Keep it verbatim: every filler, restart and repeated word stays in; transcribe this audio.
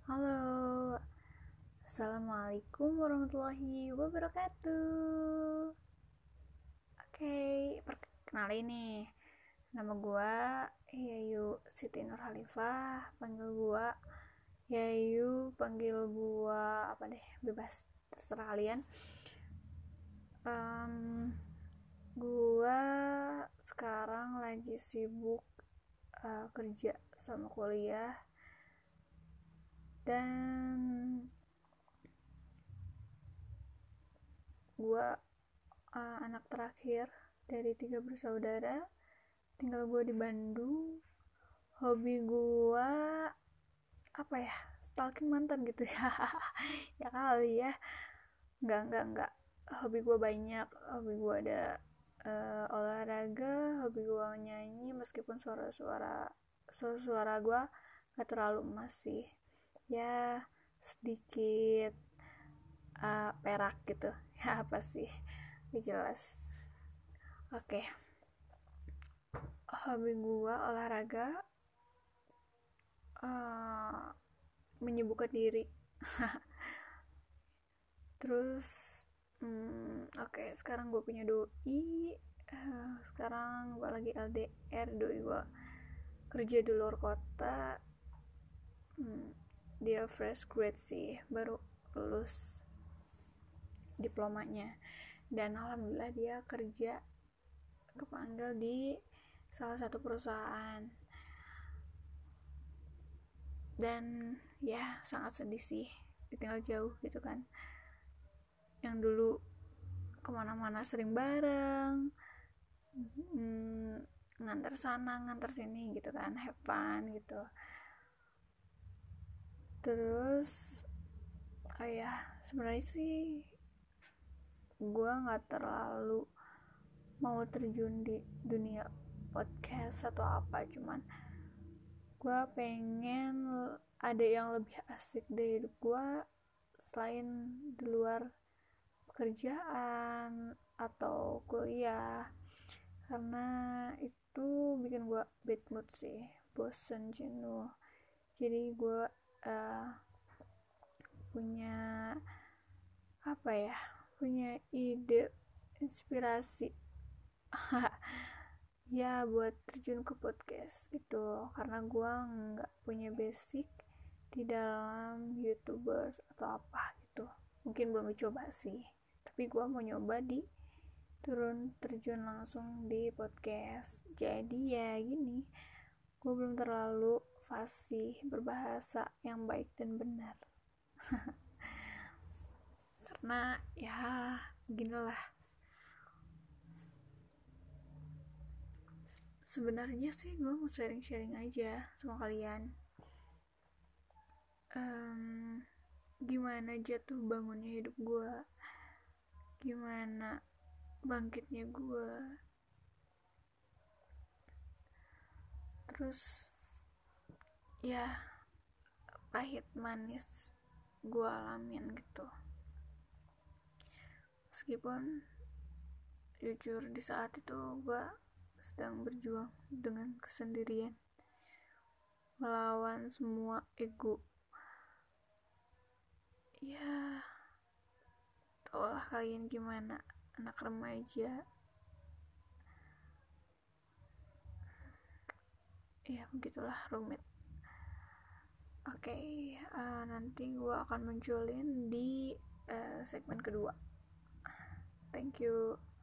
Halo, Assalamualaikum warahmatullahi wabarakatuh. Oke, perkenalin nih, nama gua Yayu Siti Nur Halifah. Panggil gua Yayu, panggil gua apa deh, bebas terserah kalian. um, Gua sekarang lagi sibuk uh, kerja sama kuliah, dan gua uh, anak terakhir dari tiga bersaudara. Tinggal gue di Bandung. Hobi gue apa ya, stalking mantan gitu ya. Ya kali ya, nggak nggak nggak hobi gue banyak. Hobi gue ada uh, olahraga, hobi gue nyanyi, meskipun suara-suara suara-suara gue gak terlalu emas sih ya, sedikit uh, perak gitu. Ya apa sih, gak jelas. Oke, okay. Hobi gue olahraga, uh, menyibukkan diri. Terus hmm, oke okay, sekarang gue punya doi. Uh, sekarang gue lagi L D R. Doi gue kerja di luar kota. hmm, Dia fresh grade sih, baru lulus diplomanya, dan alhamdulillah dia kerja kepanggil di salah satu perusahaan. Dan ya sangat sedih sih, ditinggal jauh gitu kan. Yang dulu kemana-mana sering bareng, hmm, ngantar sana ngantar sini gitu kan, have fun gitu. Terus oh ya, sebenarnya sih gue nggak terlalu mau terjun di dunia podcast atau apa, cuman gue pengen ada yang lebih asik dari hidup gue selain di luar pekerjaan atau kuliah, karena itu bikin gue bad mood sih, bosen, jenuh. Jadi gue uh, punya apa ya, punya ide, inspirasi ya buat terjun ke podcast gitu, karena gue nggak punya basic di dalam YouTubers atau apa gitu. Mungkin belum coba sih, tapi gue mau nyoba di turun terjun langsung di podcast. Jadi ya gini, gue belum terlalu fasih berbahasa yang baik dan benar. Karena ya beginilah, sebenarnya sih gue mau sharing-sharing aja sama kalian. um, Gimana jatuh bangunnya hidup gue, gimana bangkitnya gue, terus ya pahit manis gue alamin gitu. Meskipun jujur di saat itu gue sedang berjuang dengan kesendirian, melawan semua ego. Ya tau lah kalian gimana, anak remaja. Ya begitulah, rumit. Oke, okay, uh, nanti gue akan munculin di uh, segmen kedua. Thank you.